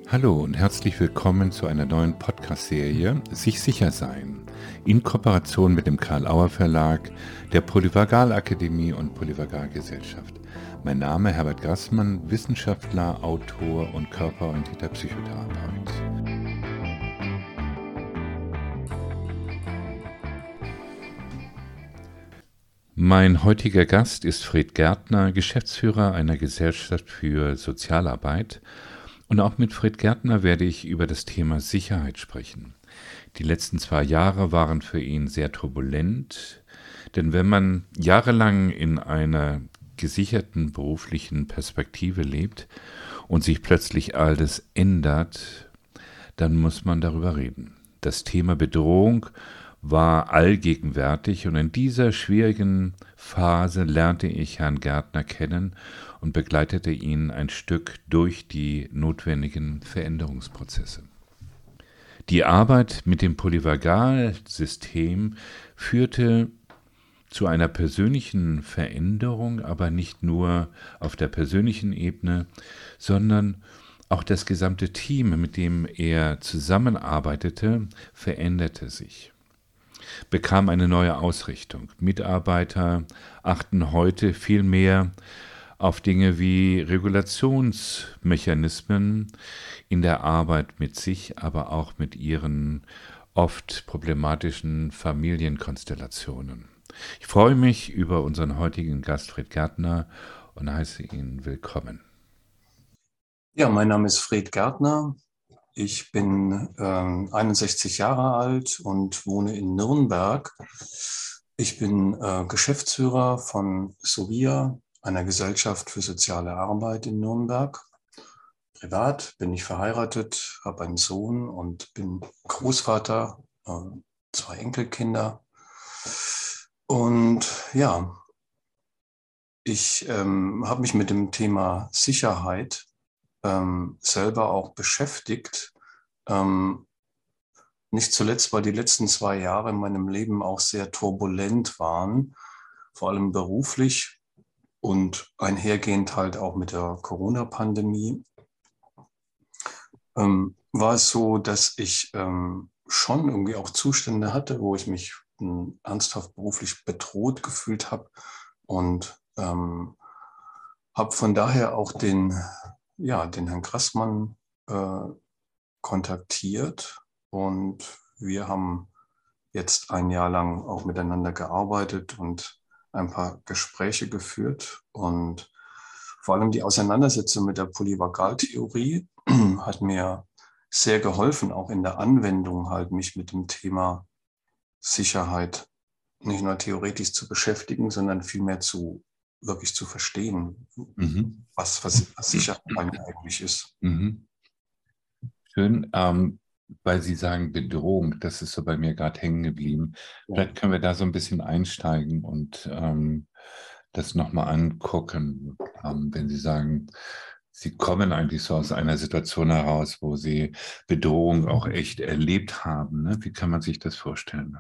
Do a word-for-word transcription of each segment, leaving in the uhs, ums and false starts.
Hallo und herzlich willkommen zu einer neuen Podcast-Serie Sich sicher sein, in Kooperation mit dem Karl-Auer-Verlag, der Polyvagal-Akademie und Polyvagal-Gesellschaft. Mein Name Herbert Grassmann, Wissenschaftler, Autor und körperorientierter Psychotherapeut. Mein heutiger Gast ist Fred Gärtner, Geschäftsführer einer Gesellschaft für Sozialarbeit. Und auch mit Fred Gärtner werde ich über das Thema Sicherheit sprechen. Die letzten zwei Jahre waren für ihn sehr turbulent, denn wenn man jahrelang in einer gesicherten beruflichen Perspektive lebt und sich plötzlich alles ändert, dann muss man darüber reden. Das Thema Bedrohung war allgegenwärtig und in dieser schwierigen Phase lernte ich Herrn Gärtner kennen und begleitete ihn ein Stück durch die notwendigen Veränderungsprozesse. Die Arbeit mit dem Polyvagal-System führte zu einer persönlichen Veränderung, aber nicht nur auf der persönlichen Ebene, sondern auch das gesamte Team, mit dem er zusammenarbeitete, veränderte sich, bekam eine neue Ausrichtung. Mitarbeiter achten heute viel mehr auf Dinge wie Regulationsmechanismen in der Arbeit mit sich, aber auch mit ihren oft problematischen Familienkonstellationen. Ich freue mich über unseren heutigen Gast Fred Gärtner und heiße ihn willkommen. Ja, mein Name ist Fred Gärtner. Ich bin ähm, einundsechzig Jahre alt und wohne in Nürnberg. Ich bin äh, Geschäftsführer von SOVIA, einer Gesellschaft für soziale Arbeit in Nürnberg. Privat bin ich verheiratet, habe einen Sohn und bin Großvater, äh, zwei Enkelkinder. Und ja, ich ähm, habe mich mit dem Thema Sicherheit ähm, selber auch beschäftigt. Ähm, nicht zuletzt, weil die letzten zwei Jahre in meinem Leben auch sehr turbulent waren, vor allem beruflich und einhergehend halt auch mit der Corona-Pandemie. Ähm, war es so, dass ich ähm, schon irgendwie auch Zustände hatte, wo ich mich ähm, ernsthaft beruflich bedroht gefühlt habe und ähm, habe von daher auch den, ja, den Herrn Grassmann äh, kontaktiert und wir haben jetzt ein Jahr lang auch miteinander gearbeitet und ein paar Gespräche geführt und vor allem die Auseinandersetzung mit der Polyvagaltheorie hat mir sehr geholfen, auch in der Anwendung halt mich mit dem Thema Sicherheit nicht nur theoretisch zu beschäftigen, sondern vielmehr zu wirklich zu verstehen, Mhm. was, was, was Sicherheit eigentlich ist. Mhm. Schön, ähm, weil Sie sagen Bedrohung, das ist so bei mir gerade hängen geblieben. Ja. Vielleicht können wir da so ein bisschen einsteigen und ähm, das nochmal angucken, ähm, wenn Sie sagen, Sie kommen eigentlich so aus einer Situation heraus, wo Sie Bedrohung auch echt erlebt haben. Ne? Wie kann man sich das vorstellen?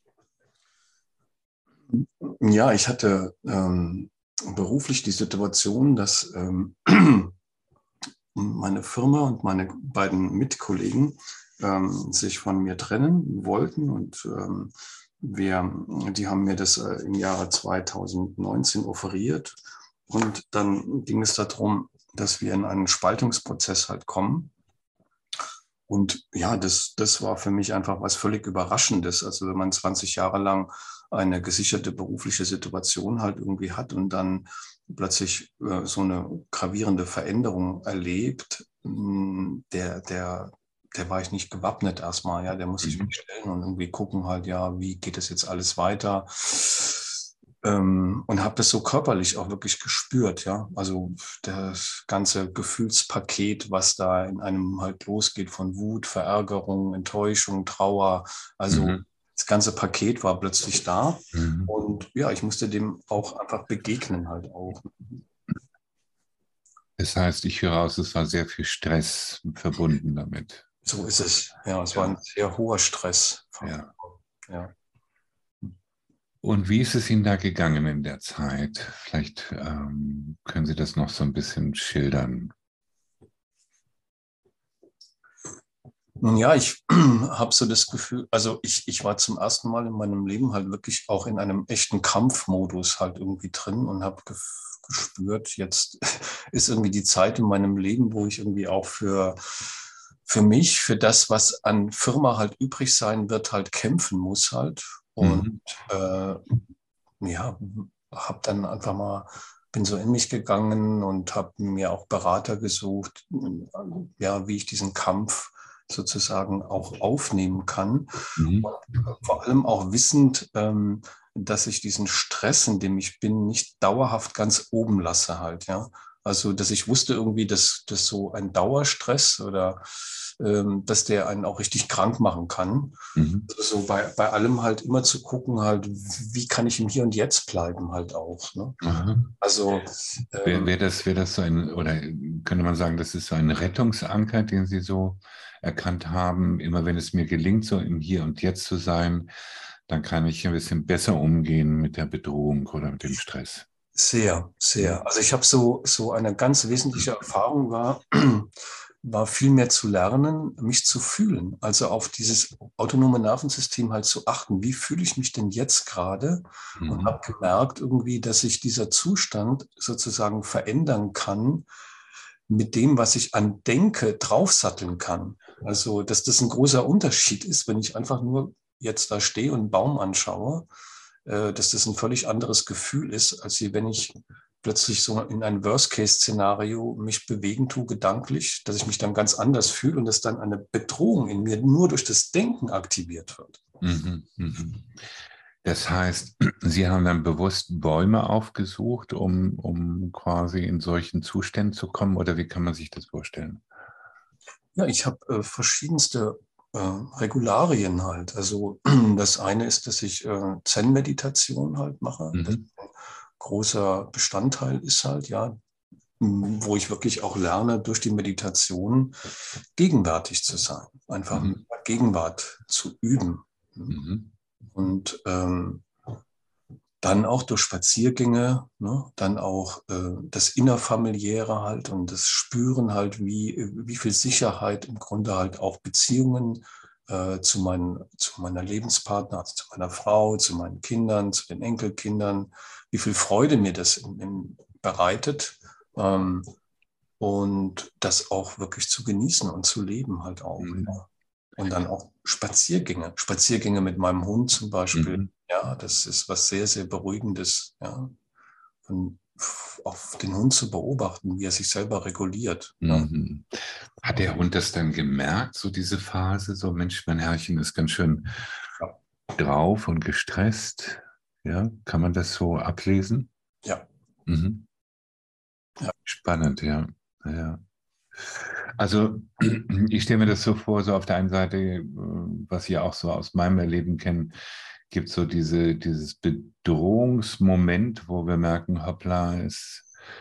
Ja, ich hatte ähm, beruflich die Situation, dass ähm, meine Firma und meine beiden Mitkollegen ähm, sich von mir trennen wollten und ähm, wir, die haben mir das äh, im Jahre zweitausendneunzehn offeriert und dann ging es darum, dass wir in einen Spaltungsprozess halt kommen. Und ja, das, das war für mich einfach was völlig Überraschendes. Also wenn man zwanzig Jahre lang eine gesicherte berufliche Situation halt irgendwie hat und dann plötzlich äh, so eine gravierende Veränderung erlebt, mh, der, der, der war ich nicht gewappnet erstmal, ja, der musste ich Mhm. mich stellen und irgendwie gucken halt, ja, wie geht das jetzt alles weiter? Ähm, und habe das so körperlich auch wirklich gespürt, ja. Also das ganze Gefühlspaket, was da in einem halt losgeht von Wut, Verärgerung, Enttäuschung, Trauer. Also Mhm. das ganze Paket war plötzlich da. Mhm. Und ja, ich musste dem auch einfach begegnen halt auch. Das heißt, ich höre raus, es war sehr viel Stress verbunden damit. So ist es. Ja, es war ein Ja, sehr hoher Stress. ja. Ja. Und wie ist es Ihnen da gegangen in der Zeit? Vielleicht ähm, können Sie das noch so ein bisschen schildern. Nun ja, ich habe so das Gefühl, also ich, ich war zum ersten Mal in meinem Leben halt wirklich auch in einem echten Kampfmodus halt irgendwie drin und habe ge gespürt, jetzt ist irgendwie die Zeit in meinem Leben, wo ich irgendwie auch für, für mich, für das, was an Firma halt übrig sein wird, halt kämpfen muss halt. Und Mhm. äh, ja, habe dann einfach mal, bin so in mich gegangen und habe mir auch Berater gesucht, ja, wie ich diesen Kampf sozusagen auch aufnehmen kann. Mhm. Und vor allem auch wissend, ähm, dass ich diesen Stress, in dem ich bin, nicht dauerhaft ganz oben lasse halt, ja. Also, dass ich wusste irgendwie, dass, dass so ein Dauerstress oder ähm, dass der einen auch richtig krank machen kann. Mhm. Also so bei, bei allem halt immer zu gucken, halt, wie kann ich im Hier und Jetzt bleiben, halt auch. Ne? Aha. Also Wäre ähm, wär das, wär das so ein, oder könnte man sagen, das ist so ein Rettungsanker, den Sie so erkannt haben? Immer wenn es mir gelingt, so im Hier und Jetzt zu sein, dann kann ich ein bisschen besser umgehen mit der Bedrohung oder mit dem Stress. sehr, Mhm. sehr. Also ich habe so, so eine ganz wesentliche Erfahrung war, war viel mehr zu lernen, mich zu fühlen. Also auf dieses autonome Nervensystem halt zu achten. Wie fühle ich mich denn jetzt gerade? Und Mhm. habe gemerkt irgendwie, dass sich dieser Zustand sozusagen verändern kann mit dem, was ich an Denke draufsatteln kann. Also, dass das ein großer Unterschied ist, wenn ich einfach nur jetzt da stehe und einen Baum anschaue, äh, dass das ein völlig anderes Gefühl ist, als wenn ich plötzlich so in ein Worst-Case-Szenario mich bewegen tue, gedanklich, dass ich mich dann ganz anders fühle und dass dann eine Bedrohung in mir nur durch das Denken aktiviert wird. Mhm. Mhm. Das heißt, Sie haben dann bewusst Bäume aufgesucht, um, um quasi in solchen Zuständen zu kommen, oder wie kann man sich das vorstellen? Ja, ich habe äh, verschiedenste äh, Regularien halt. Also das eine ist, dass ich äh, Zen-Meditation halt mache. Das Mhm. ein großer Bestandteil ist halt, ja, m, wo ich wirklich auch lerne, durch die Meditation gegenwärtig zu sein, einfach mit Mhm. der Gegenwart zu üben. Mhm. Und ähm, dann auch durch Spaziergänge, ne, dann auch äh, das Innerfamiliäre halt und das Spüren halt, wie, wie viel Sicherheit im Grunde halt auch Beziehungen äh, zu, meinen, zu meiner Lebenspartner, also zu meiner Frau, zu meinen Kindern, zu den Enkelkindern, wie viel Freude mir das in, in bereitet. Ähm, und das auch wirklich zu genießen und zu leben halt auch. Mhm. Ja. Und dann auch Spaziergänge, Spaziergänge mit meinem Hund zum Beispiel. Mhm. Ja, das ist was sehr, sehr Beruhigendes, ja. Und auch den Hund zu beobachten, wie er sich selber reguliert. Ja. Mhm. Hat der Hund das dann gemerkt, so diese Phase, so Mensch, mein Herrchen ist ganz schön Ja. drauf und gestresst? Ja, kann man das so ablesen? Ja. Mhm. Ja. Spannend, ja. Ja. Also ich stelle mir das so vor, so auf der einen Seite, äh, was ich auch so aus meinem Erleben kenne, gibt so diese, dieses Bedrohungsmoment, wo wir merken, hoppla, es,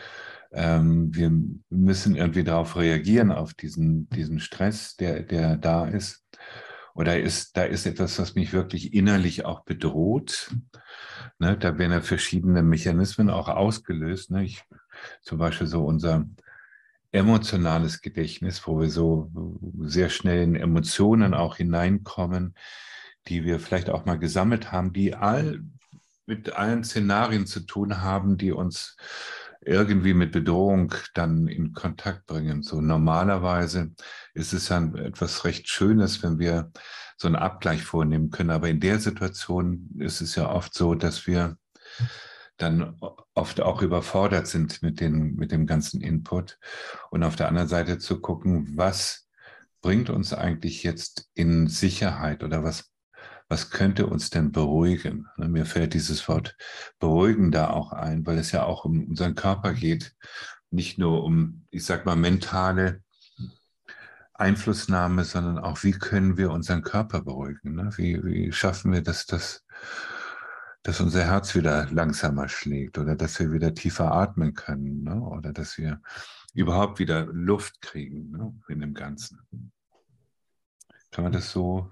ähm, wir müssen irgendwie darauf reagieren, auf diesen, diesen Stress, der, der da ist. Oder ist, da ist etwas, was mich wirklich innerlich auch bedroht. Ne, da werden ja verschiedene Mechanismen auch ausgelöst. Ne? Ich, zum Beispiel so unser emotionales Gedächtnis, wo wir so sehr schnell in Emotionen auch hineinkommen, die wir vielleicht auch mal gesammelt haben, die all mit allen Szenarien zu tun haben, die uns irgendwie mit Bedrohung dann in Kontakt bringen. So normalerweise ist es dann etwas recht Schönes, wenn wir so einen Abgleich vornehmen können. Aber in der Situation ist es ja oft so, dass wir dann oft auch überfordert sind mit, den, mit dem ganzen Input. Und auf der anderen Seite zu gucken, was bringt uns eigentlich jetzt in Sicherheit oder was, was könnte uns denn beruhigen? Mir fällt dieses Wort beruhigen da auch ein, weil es ja auch um unseren Körper geht, nicht nur um, ich sag mal, mentale Einflussnahme, sondern auch, wie können wir unseren Körper beruhigen? Ne? Wie, wie schaffen wir, dass, das, dass unser Herz wieder langsamer schlägt oder dass wir wieder tiefer atmen können, ne? Oder dass wir überhaupt wieder Luft kriegen, ne? In dem Ganzen. Kann man das so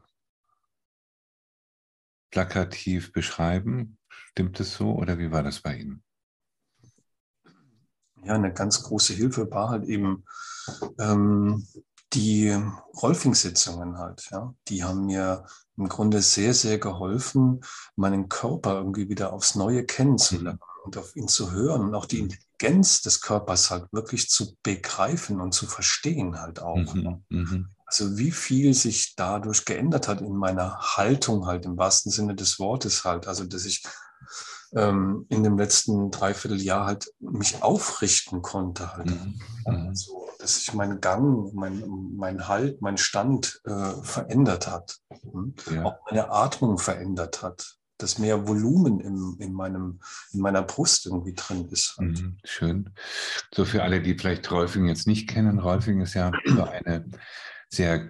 plakativ beschreiben? Stimmt es so oder wie war das bei Ihnen? Ja, eine ganz große Hilfe war halt eben ähm, Die Rolfing-Sitzungen halt, ja, die haben mir im Grunde sehr, sehr geholfen, meinen Körper irgendwie wieder aufs Neue kennenzulernen Mhm. und auf ihn zu hören und auch die Mhm. Intelligenz des Körpers halt wirklich zu begreifen und zu verstehen halt auch. Mhm. Mhm. Also wie viel sich dadurch geändert hat in meiner Haltung halt, im wahrsten Sinne des Wortes halt. Also dass ich ähm, in dem letzten Dreivierteljahr halt mich aufrichten konnte halt. Mhm. Mhm. Also dass sich mein Gang, mein, mein Halt, mein Stand äh, verändert hat. Hm? Ja. Auch meine Atmung verändert hat. Dass mehr Volumen im, in, meinem, in meiner Brust irgendwie drin ist halt. Mhm. Schön. So für alle, die vielleicht Rolfing jetzt nicht kennen, Rolfing ist ja so eine sehr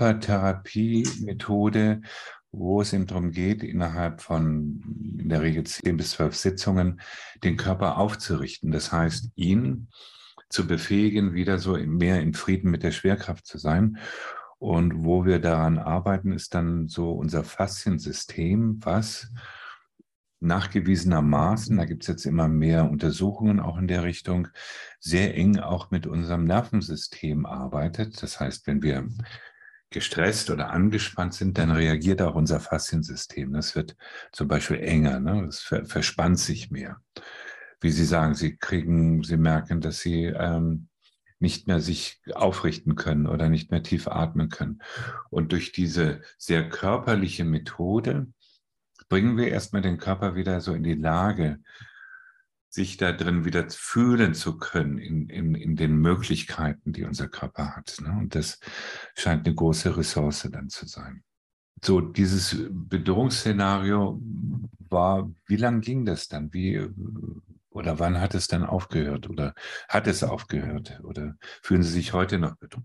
Körpertherapie-Methode, wo es eben darum geht, innerhalb von in der Regel zehn bis zwölf Sitzungen den Körper aufzurichten. Das heißt, ihn zu befähigen, wieder so mehr in Frieden mit der Schwerkraft zu sein. Und wo wir daran arbeiten, ist dann so unser Fasziensystem, was nachgewiesenermaßen, da gibt es jetzt immer mehr Untersuchungen auch in der Richtung, sehr eng auch mit unserem Nervensystem arbeitet. Das heißt, wenn wir gestresst oder angespannt sind, dann reagiert auch unser Fasziensystem. Das wird zum Beispiel enger, ne? Es ver verspannt sich mehr. Wie Sie sagen, Sie kriegen, Sie merken, dass Sie ähm, nicht mehr sich aufrichten können oder nicht mehr tief atmen können. Und durch diese sehr körperliche Methode bringen wir erstmal den Körper wieder so in die Lage, sich da drin wieder fühlen zu können in, in, in den Möglichkeiten, die unser Körper hat. Ne? Und das scheint eine große Ressource dann zu sein. So, dieses Bedrohungsszenario war, wie lang ging das dann? Wie, oder wann hat es dann aufgehört? Oder hat es aufgehört? Oder fühlen Sie sich heute noch bedroht?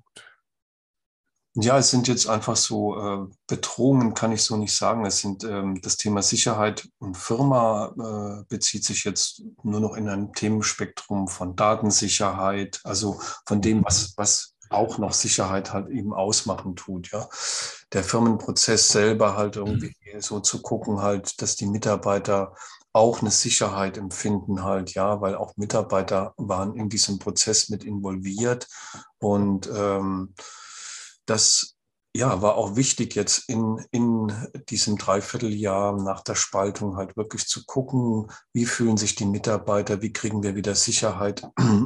Ja, es sind jetzt einfach so äh, Bedrohungen, kann ich so nicht sagen. Es sind ähm, das Thema Sicherheit und Firma äh, bezieht sich jetzt nur noch in einem Themenspektrum von Datensicherheit, also von dem, was, was auch noch Sicherheit halt eben ausmachen tut, ja. Der Firmenprozess selber halt irgendwie so zu gucken halt, dass die Mitarbeiter auch eine Sicherheit empfinden halt, ja, weil auch Mitarbeiter waren in diesem Prozess mit involviert und ähm, das ja, war auch wichtig jetzt in, in diesem Dreivierteljahr nach der Spaltung halt wirklich zu gucken, wie fühlen sich die Mitarbeiter, wie kriegen wir wieder Sicherheit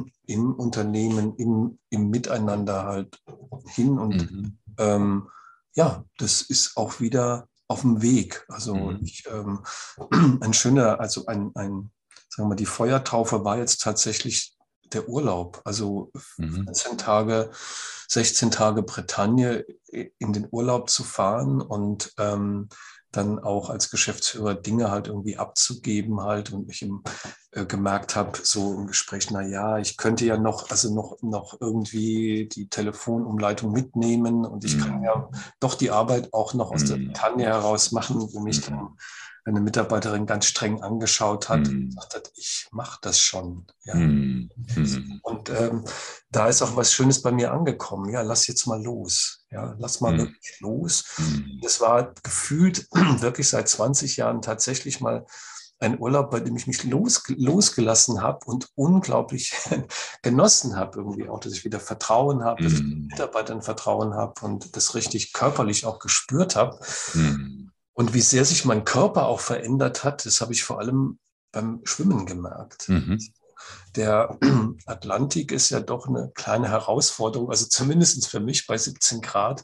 im Unternehmen, im, im Miteinander halt hin. Und Mhm. ähm, ja, das ist auch wieder auf dem Weg. Also Mhm. ich, ähm, ein schöner, also ein, ein, sagen wir mal, die Feuertaufe war jetzt tatsächlich der Urlaub. Also Mhm. vierzehn Tage, sechzehn Tage Bretagne in den Urlaub zu fahren und ähm, dann auch als Geschäftsführer Dinge halt irgendwie abzugeben halt und mich im, äh, gemerkt habe, so im Gespräch, na ja, ich könnte ja noch, also noch, noch irgendwie die Telefonumleitung mitnehmen und ich kann Mhm. ja doch die Arbeit auch noch aus der Mhm. Bretagne heraus machen, wo mich dann Mhm. eine Mitarbeiterin ganz streng angeschaut hat und Mhm. gesagt hat, ich mache das schon. Ja. Mhm. Mhm. Und ähm, da ist auch was Schönes bei mir angekommen. Ja, lass jetzt mal los. Ja, lass mal Mhm. wirklich los. Mhm. Das war gefühlt wirklich seit zwanzig Jahren tatsächlich mal ein Urlaub, bei dem ich mich los, losgelassen habe und unglaublich genossen habe irgendwie auch, dass ich wieder Vertrauen habe, dass ich den Mhm. Mitarbeitern Vertrauen habe und das richtig körperlich auch gespürt habe. Mhm. Und wie sehr sich mein Körper auch verändert hat, das habe ich vor allem beim Schwimmen gemerkt. Mhm. Der Atlantik ist ja doch eine kleine Herausforderung, also zumindest für mich bei siebzehn Grad.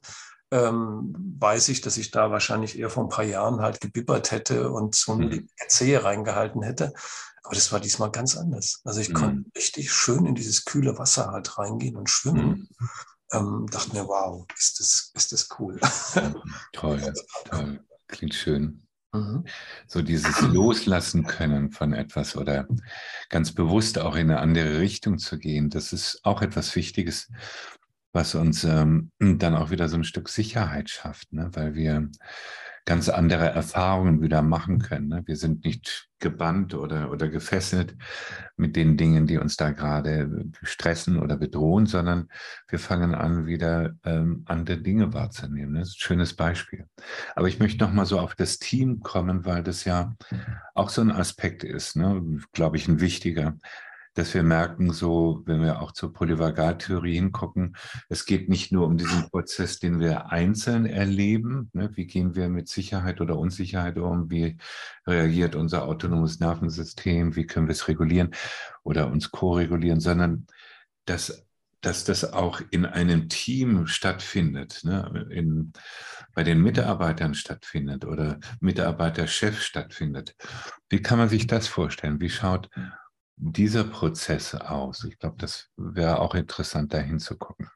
Ähm, weiß ich, dass ich da wahrscheinlich eher vor ein paar Jahren halt gebibbert hätte und so nur die Mhm. Zehe reingehalten hätte. Aber das war diesmal ganz anders. Also ich konnte Mhm. richtig schön in dieses kühle Wasser halt reingehen und schwimmen. Mhm. Ähm, dachte mir, wow, ist das, ist das cool. Mhm. Toll, toll. Klingt schön. Mhm. So dieses Loslassen können von etwas oder ganz bewusst auch in eine andere Richtung zu gehen, das ist auch etwas Wichtiges, was uns ähm, dann auch wieder so ein Stück Sicherheit schafft, ne? Weil wir ganz andere Erfahrungen wieder machen können. Ne? Wir sind nicht gebannt oder, oder gefesselt mit den Dingen, die uns da gerade stressen oder bedrohen, sondern wir fangen an, wieder ähm, andere Dinge wahrzunehmen. Ne? Das ist ein schönes Beispiel. Aber ich möchte noch mal so auf das Team kommen, weil das ja auch so ein Aspekt ist, ne? Glaube ich, ein wichtiger. dass wir merken, so, wenn wir auch zur Polyvagaltheorie hingucken, es geht nicht nur um diesen Prozess, den wir einzeln erleben, ne? Wie gehen wir mit Sicherheit oder Unsicherheit um, wie reagiert unser autonomes Nervensystem, wie können wir es regulieren oder uns ko-regulieren, sondern dass, dass das auch in einem Team stattfindet, ne? In, bei den Mitarbeitern stattfindet oder Mitarbeiterchef stattfindet. Wie kann man sich das vorstellen? Wie schaut dieser Prozess aus? Ich glaube, das wäre auch interessant, da hinzugucken.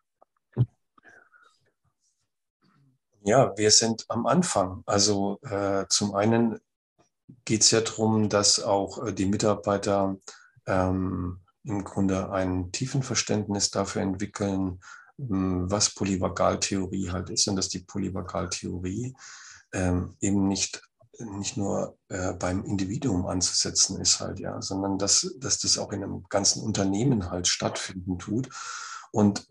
Ja, wir sind am Anfang. Also äh, zum einen geht es ja darum, dass auch äh, die Mitarbeiter ähm, im Grunde ein Tiefenverständnis dafür entwickeln, ähm, was Polyvagaltheorie halt ist und dass die Polyvagaltheorie ähm, eben nicht, nicht nur äh, beim Individuum anzusetzen ist halt, ja, sondern dass, dass das auch in einem ganzen Unternehmen halt stattfinden tut. Und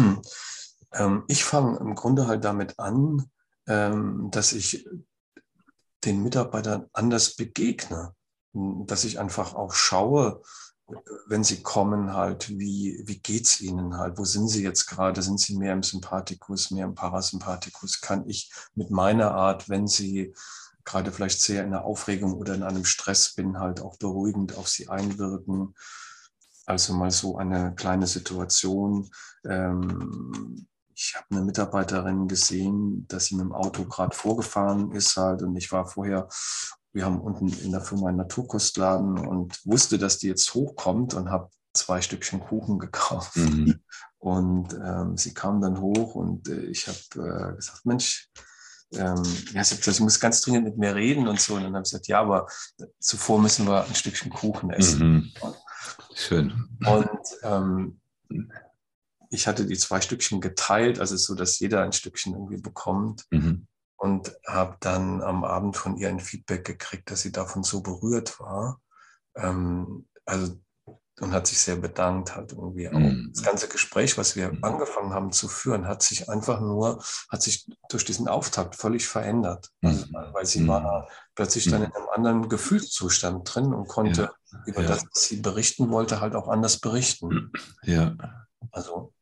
ähm, ich fange im Grunde halt damit an, ähm, dass ich den Mitarbeitern anders begegne, dass ich einfach auch schaue, wenn sie kommen halt, wie, wie geht's ihnen halt, wo sind sie jetzt gerade, sind sie mehr im Sympathikus, mehr im Parasympathikus, kann ich mit meiner Art, wenn sie gerade vielleicht sehr in der Aufregung oder in einem Stress bin, halt auch beruhigend auf sie einwirken. Also mal so eine kleine Situation. Ähm, ich habe eine Mitarbeiterin gesehen, dass sie mit dem Auto gerade vorgefahren ist halt und ich war vorher, wir haben unten in der Firma einen Naturkostladen und wusste, dass die jetzt hochkommt und habe zwei Stückchen Kuchen gekauft. Mhm. Und ähm, sie kam dann hoch und äh, ich habe äh, gesagt, Mensch, ähm, ja, sie, sie muss ganz dringend mit mir reden und so. Und dann habe ich gesagt, ja, aber zuvor müssen wir ein Stückchen Kuchen essen. Mhm. Schön. Und ähm, ich hatte die zwei Stückchen geteilt, also so, dass jeder ein Stückchen irgendwie bekommt. Mhm. Und habe dann am Abend von ihr ein Feedback gekriegt, dass sie davon so berührt war. Ähm, also und hat sich sehr bedankt, halt irgendwie auch. Mhm. Das ganze Gespräch, was wir angefangen haben zu führen, hat sich einfach nur, hat sich durch diesen Auftakt völlig verändert. Also, weil sie Mhm. war plötzlich dann in einem anderen Gefühlszustand drin und konnte Ja. über Ja. das, was sie berichten wollte, halt auch anders berichten. Ja. Also,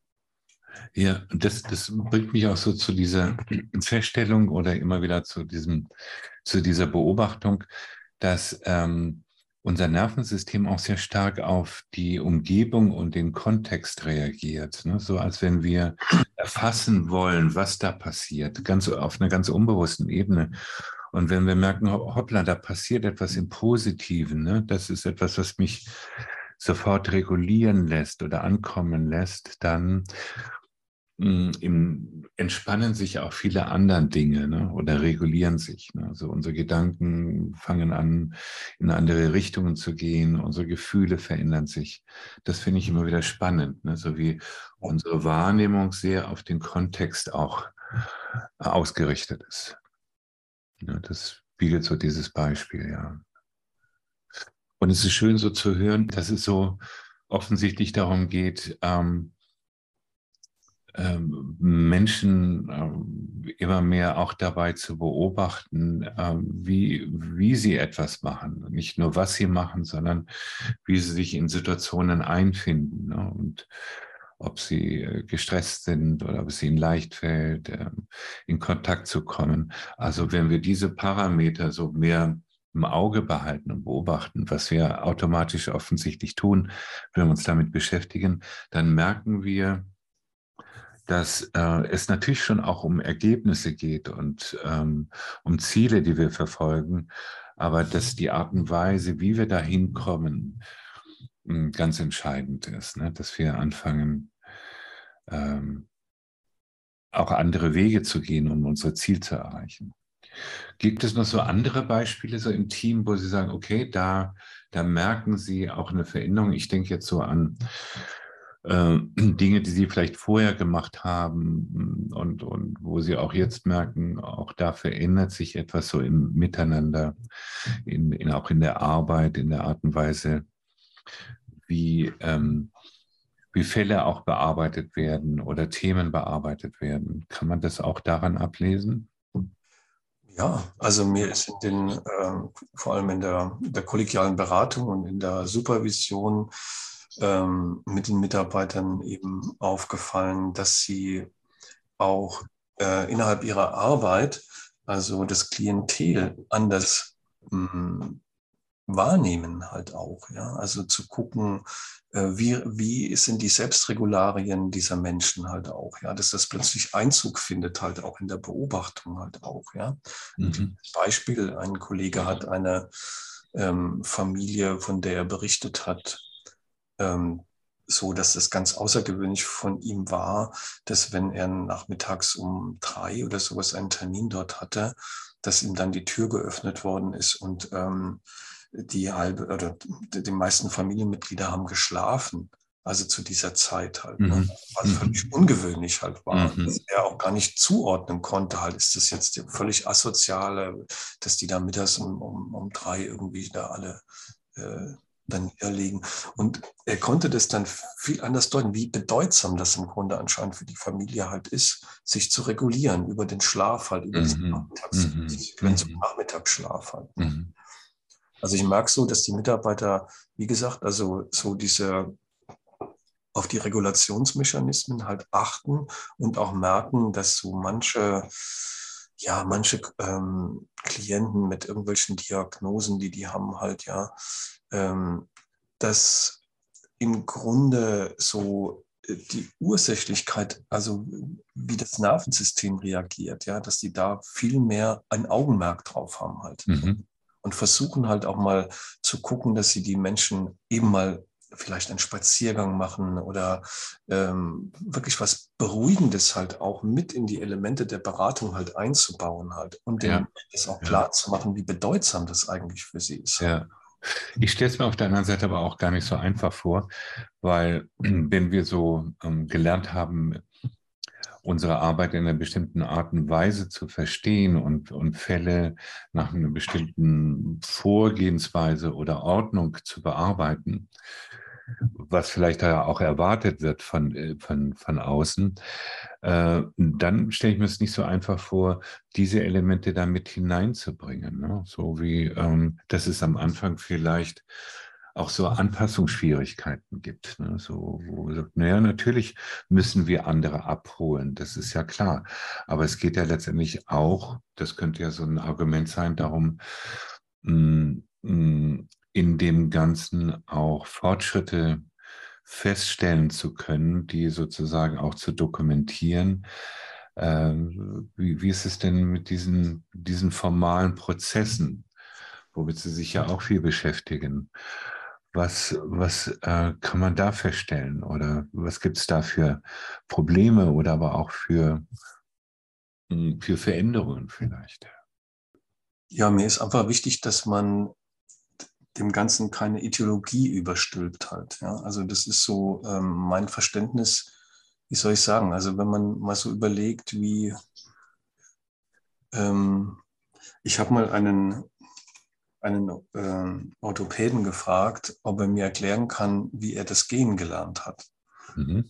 Ja, das, das bringt mich auch so zu dieser Feststellung oder immer wieder zu diesem, zu dieser Beobachtung, dass ähm, unser Nervensystem auch sehr stark auf die Umgebung und den Kontext reagiert. Ne? So als wenn wir erfassen wollen, was da passiert, ganz auf einer ganz unbewussten Ebene. Und wenn wir merken, hoppla, da passiert etwas im Positiven, ne? Das ist etwas, was mich sofort regulieren lässt oder ankommen lässt, dann im, entspannen sich auch viele andere Dinge, ne, oder regulieren sich. Ne? Also unsere Gedanken fangen an, in andere Richtungen zu gehen, unsere Gefühle verändern sich. Das finde ich immer wieder spannend, ne? So wie unsere Wahrnehmung sehr auf den Kontext auch ausgerichtet ist. Ja, das spiegelt so dieses Beispiel, ja. Und es ist schön so zu hören, dass es so offensichtlich darum geht, ähm, ähm, Menschen ähm, immer mehr auch dabei zu beobachten, ähm, wie, wie sie etwas machen. Nicht nur, was sie machen, sondern wie sie sich in Situationen einfinden, ne? Und ob sie äh, gestresst sind oder ob es ihnen leicht fällt, äh, in Kontakt zu kommen. Also wenn wir diese Parameter so mehr im Auge behalten und beobachten, was wir automatisch offensichtlich tun, wenn wir uns damit beschäftigen, dann merken wir, dass äh, es natürlich schon auch um Ergebnisse geht und ähm, um Ziele, die wir verfolgen, aber dass die Art und Weise, wie wir da hinkommen, ganz entscheidend ist, ne? Dass wir anfangen, ähm, auch andere Wege zu gehen, um unser Ziel zu erreichen. Gibt es noch so andere Beispiele so im Team, wo Sie sagen, okay, da, da merken Sie auch eine Veränderung? Ich denke jetzt so an äh, Dinge, die Sie vielleicht vorher gemacht haben und, und wo Sie auch jetzt merken, auch da verändert sich etwas so im Miteinander, in, in, auch in der Arbeit, in der Art und Weise, wie, ähm, wie Fälle auch bearbeitet werden oder Themen bearbeitet werden. Kann man das auch daran ablesen? Ja, also mir ist in den, äh, vor allem in der, der kollegialen Beratung und in der Supervision ähm, mit den Mitarbeitern eben aufgefallen, dass sie auch äh, innerhalb ihrer Arbeit, also das Klientel anders mh, wahrnehmen halt auch, ja. Also zu gucken, äh, wie, wie sind die Selbstregularien dieser Menschen halt auch, ja, dass das plötzlich Einzug findet halt auch in der Beobachtung halt auch, ja. Ein Mhm. kleines Beispiel, ein Kollege hat eine ähm, Familie, von der er berichtet hat, ähm, so dass es ganz außergewöhnlich von ihm war, dass wenn er nachmittags um drei oder sowas einen Termin dort hatte, dass ihm dann die Tür geöffnet worden ist und ähm, die halbe oder die meisten Familienmitglieder haben geschlafen, also zu dieser Zeit halt, ne? Mhm. Was völlig Mhm. ungewöhnlich halt war, Mhm. dass er auch gar nicht zuordnen konnte, halt ist das jetzt die völlig asoziale, dass die da mittags um, um, um drei irgendwie da alle äh, dann niederlegen. Und er konnte das dann viel anders deuten, wie bedeutsam das im Grunde anscheinend für die Familie halt ist, sich zu regulieren über den Schlaf halt, über diese Mhm. Mhm. Nachmittagssequenz und Mhm. Nachmittagsschlaf halt. Ne? Mhm. Also ich merke so, dass die Mitarbeiter, wie gesagt, also so diese auf die Regulationsmechanismen halt achten und auch merken, dass so manche, ja, manche ähm, Klienten mit irgendwelchen Diagnosen, die die haben halt, ja, ähm, dass im Grunde so äh, die Ursächlichkeit, also wie das Nervensystem reagiert, ja, dass die da viel mehr ein Augenmerk drauf haben halt. Mhm. Und versuchen halt auch mal zu gucken, dass sie die Menschen eben mal vielleicht einen Spaziergang machen oder ähm, wirklich was Beruhigendes halt auch mit in die Elemente der Beratung halt einzubauen halt und Ja, denen das auch ja, klar zu machen, wie bedeutsam das eigentlich für sie ist halt. ja. Ich stelle es mir auf der anderen Seite aber auch gar nicht so einfach vor, weil wenn wir so ähm, gelernt haben, unsere Arbeit in einer bestimmten Art und Weise zu verstehen und, und Fälle nach einer bestimmten Vorgehensweise oder Ordnung zu bearbeiten, was vielleicht da auch erwartet wird von, äh, von, von außen, äh, dann stelle ich mir es nicht so einfach vor, diese Elemente da mit hineinzubringen. Ne? So wie, ähm, dass es am Anfang vielleicht auch so Anpassungsschwierigkeiten gibt. Ne? So, wo man sagt, naja, natürlich müssen wir andere abholen, das ist ja klar. Aber es geht ja letztendlich auch, das könnte ja so ein Argument sein, darum, mh, mh, in dem Ganzen auch Fortschritte feststellen zu können, die sozusagen auch zu dokumentieren. Ähm, wie, wie ist es denn mit diesen, diesen formalen Prozessen, womit Sie sich ja auch viel beschäftigen? Was, was äh, kann man da feststellen oder was gibt es da für Probleme oder aber auch für, mh, für Veränderungen vielleicht? Ja, mir ist einfach wichtig, dass man dem Ganzen keine Ideologie überstülpt halt. Ja? Also das ist so ähm, mein Verständnis, wie soll ich sagen, also wenn man mal so überlegt, wie ähm, ich habe mal einen, einen ähm, Orthopäden gefragt, ob er mir erklären kann, wie er das Gehen gelernt hat. Mhm.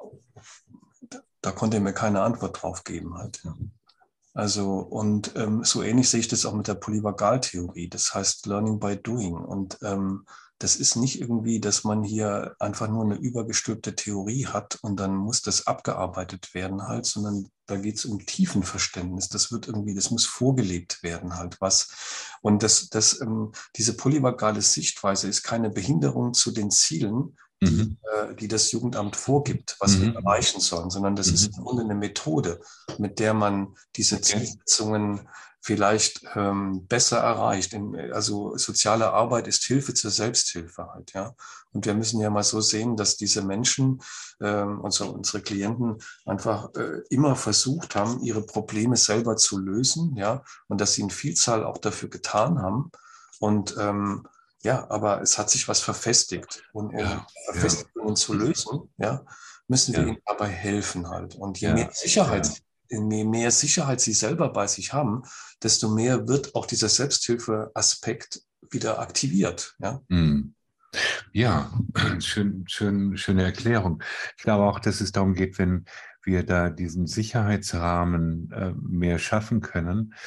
Da konnte er mir keine Antwort drauf geben halt. Ja. Also, und ähm, so ähnlich sehe ich das auch mit der Polyvagaltheorie. Das heißt Learning by Doing. Und ähm, das ist nicht irgendwie, dass man hier einfach nur eine übergestülpte Theorie hat und dann muss das abgearbeitet werden halt, sondern da geht es um Tiefenverständnis. Das wird irgendwie, das muss vorgelebt werden halt was. Und das, das, ähm, diese polyvagale Sichtweise ist keine Behinderung zu den Zielen, die, Mhm. äh, die das Jugendamt vorgibt, was wir Mhm. erreichen sollen, sondern das ist im Mhm. Grunde eine Methode, mit der man diese Okay. Zielsetzungen vielleicht ähm, besser erreicht. Also soziale Arbeit ist Hilfe zur Selbsthilfe halt, ja. Und wir müssen ja mal so sehen, dass diese Menschen, ähm, unsere, unsere Klienten einfach äh, immer versucht haben, ihre Probleme selber zu lösen, ja, und dass sie eine Vielzahl auch dafür getan haben. Und ähm, ja, aber es hat sich was verfestigt. Und um Ja, ja, Verfestigungen zu lösen, ja, müssen wir ja, ihnen dabei helfen halt. Und je mehr ja, Sicherheit, ja. je mehr Sicherheit sie selber bei sich haben, desto mehr wird auch dieser Selbsthilfeaspekt wieder aktiviert. Ja, Hm. Ja, schön, schön, schöne Erklärung. Ich glaube auch, dass es darum geht, wenn wir da diesen Sicherheitsrahmen äh, mehr schaffen können,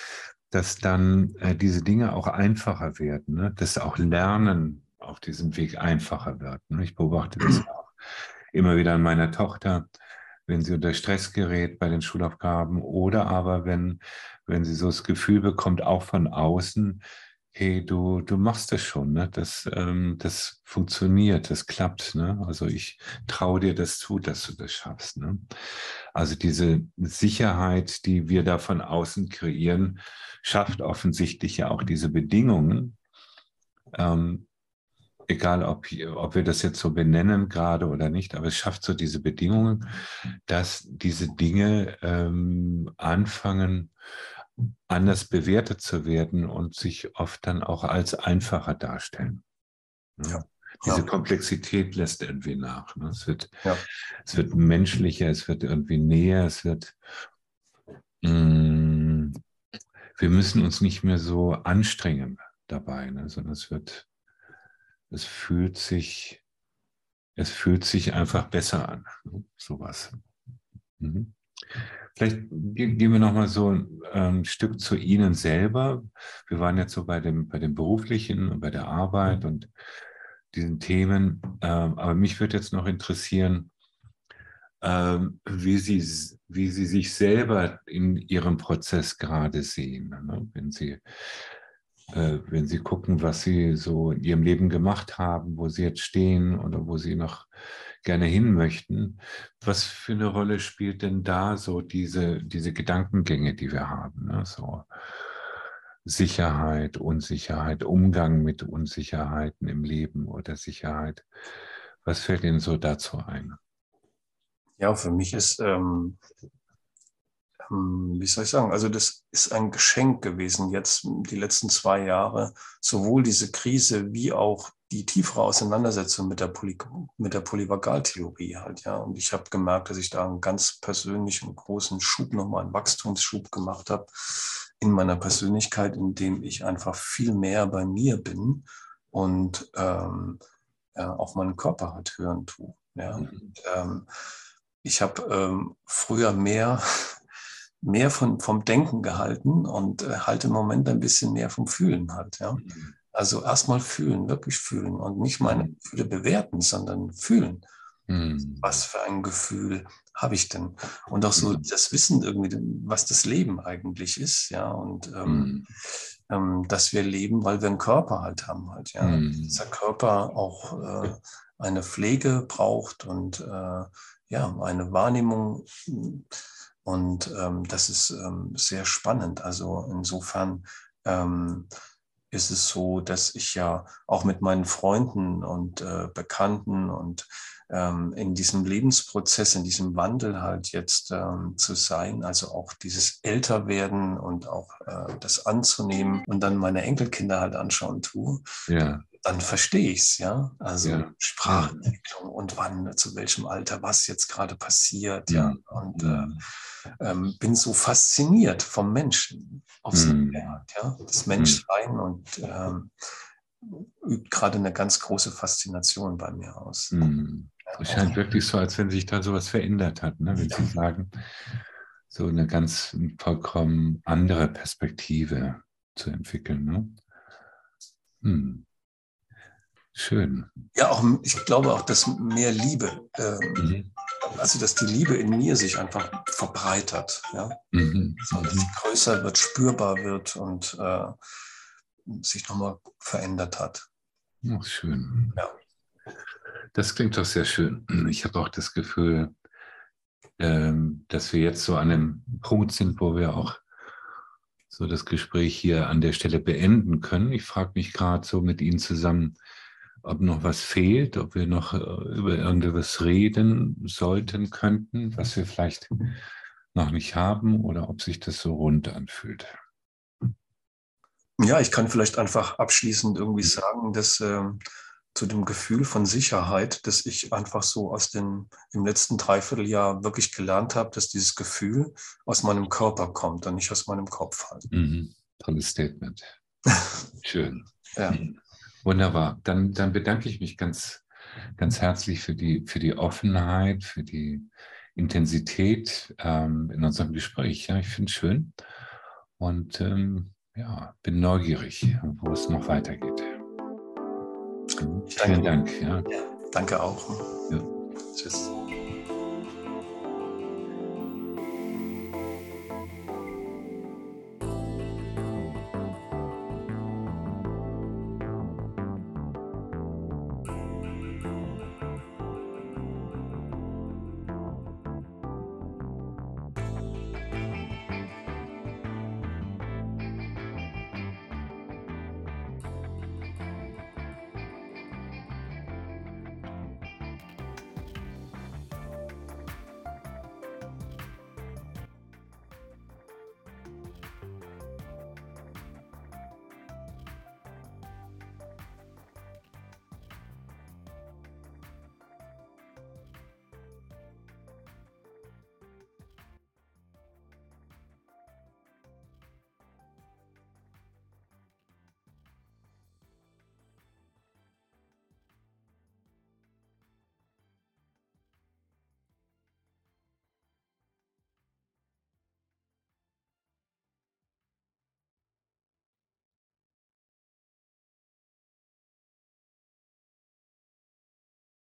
dass dann äh, diese Dinge auch einfacher werden, ne? Dass auch Lernen auf diesem Weg einfacher wird. Ne? Ich beobachte das auch immer wieder an meiner Tochter, wenn sie unter Stress gerät bei den Schulaufgaben oder aber wenn, wenn sie so das Gefühl bekommt, auch von außen, hey, du, du machst das schon, ne? Das, ähm, das funktioniert, das klappt, ne? Also ich traue dir das zu, dass du das schaffst, ne? Also diese Sicherheit, die wir da von außen kreieren, schafft offensichtlich ja auch diese Bedingungen, ähm, egal ob, ob wir das jetzt so benennen gerade oder nicht, aber es schafft so diese Bedingungen, dass diese Dinge ähm, anfangen, anders bewertet zu werden und sich oft dann auch als einfacher darstellen. Ja, Ne? Diese ja, Komplexität lässt irgendwie nach. Ne? Es wird, ja. es wird menschlicher, es wird irgendwie näher, es wird, mh, wir müssen uns nicht mehr so anstrengen dabei, ne? Sondern es wird, es fühlt sich, es fühlt sich einfach besser an. Ne? Sowas. Mhm. Vielleicht ge- gehen wir noch mal so ein ähm, Stück zu Ihnen selber. Wir waren jetzt so bei dem, bei dem Beruflichen und bei der Arbeit und diesen Themen. Ähm, aber mich würde jetzt noch interessieren, ähm, wie Sie, wie Sie sich selber in Ihrem Prozess gerade sehen. Ne? Wenn Sie, äh, wenn Sie gucken, was Sie so in Ihrem Leben gemacht haben, wo Sie jetzt stehen oder wo Sie noch gerne hin möchten. Was für eine Rolle spielt denn da so diese, diese Gedankengänge, die wir haben? Ne? So Sicherheit, Unsicherheit, Umgang mit Unsicherheiten im Leben oder Sicherheit. Was fällt Ihnen so dazu ein? Ja, für mich ist, ähm, ähm, wie soll ich sagen, also das ist ein Geschenk gewesen, jetzt die letzten zwei Jahre, sowohl diese Krise wie auch die tiefere Auseinandersetzung mit der, Poly mit der Polyvagaltheorie halt, ja. Und ich habe gemerkt, dass ich da einen ganz persönlichen großen Schub, nochmal einen Wachstumsschub gemacht habe in meiner Persönlichkeit, in dem ich einfach viel mehr bei mir bin und ähm, ja, auf meinen Körper halt hören tue. Ja. Und, Mhm. ähm, ich habe ähm, früher mehr, mehr von, vom Denken gehalten und äh, halte im Moment ein bisschen mehr vom Fühlen halt. Ja. Mhm. Also erstmal fühlen, wirklich fühlen und nicht meine Mhm. Gefühle bewerten, sondern fühlen. Was Mhm. für ein Gefühl habe ich denn? Und auch so Mhm. das Wissen irgendwie, was das Leben eigentlich ist, ja, und ähm, Mhm. ähm, dass wir leben, weil wir einen Körper halt haben halt, ja. Mhm. Dieser Körper auch äh, eine Pflege braucht und äh, ja, eine Wahrnehmung. Und ähm, das ist ähm, sehr spannend. Also insofern ähm, ist es so, dass ich ja auch mit meinen Freunden und äh, Bekannten und ähm, in diesem Lebensprozess, in diesem Wandel halt jetzt ähm, zu sein, also auch dieses Älterwerden und auch äh, das anzunehmen und dann meine Enkelkinder halt anschauen tue, Ja, dann verstehe ich es, ja. Also ja, ja. Sprachentwicklung und wann, zu welchem Alter, was jetzt gerade passiert, ja. Mhm. Und äh, Mhm. ähm, bin so fasziniert vom Menschen aufs Neue Mhm. halt, ja. Das Mhm. Menschsein und ähm, übt gerade eine ganz große Faszination bei mir aus. Mhm. Ja, Es auch, scheint wirklich so, als wenn sich da sowas verändert hat, ne? Wenn Sie sagen, so eine ganz vollkommen andere Perspektive zu entwickeln. Ne? Hm. Schön. ja, auch, ich glaube auch, dass mehr Liebe, ähm, Mhm. also dass die Liebe in mir sich einfach verbreitert, ja. Mhm. So, dass sie Mhm. größer wird, spürbar wird und äh, sich nochmal verändert hat. Ach, schön. Ja. Das klingt doch sehr schön. Ich habe auch das Gefühl, ähm, dass wir jetzt so an einem Punkt sind, wo wir auch so das Gespräch hier an der Stelle beenden können. Ich frage mich gerade so mit Ihnen zusammen, ob noch was fehlt, ob wir noch äh, über irgendetwas reden sollten, könnten, was wir vielleicht noch nicht haben oder ob sich das so rund anfühlt. Ja, ich kann vielleicht einfach abschließend irgendwie sagen, dass ähm, zu dem Gefühl von Sicherheit, dass ich einfach so aus dem im letzten Dreivierteljahr wirklich gelernt habe, dass dieses Gefühl aus meinem Körper kommt und nicht aus meinem Kopf halt. Mhm. Tolles Statement. Schön. Ja, Mhm. Wunderbar. Dann, dann bedanke ich mich ganz, ganz herzlich für die, für die Offenheit, für die Intensität ähm, in unserem Gespräch. Ja, ich finde es schön. Und ähm, ja, bin neugierig, wo es noch weitergeht. Ich Vielen danke. Dank. Ja. Ja, danke auch. Ja. Tschüss.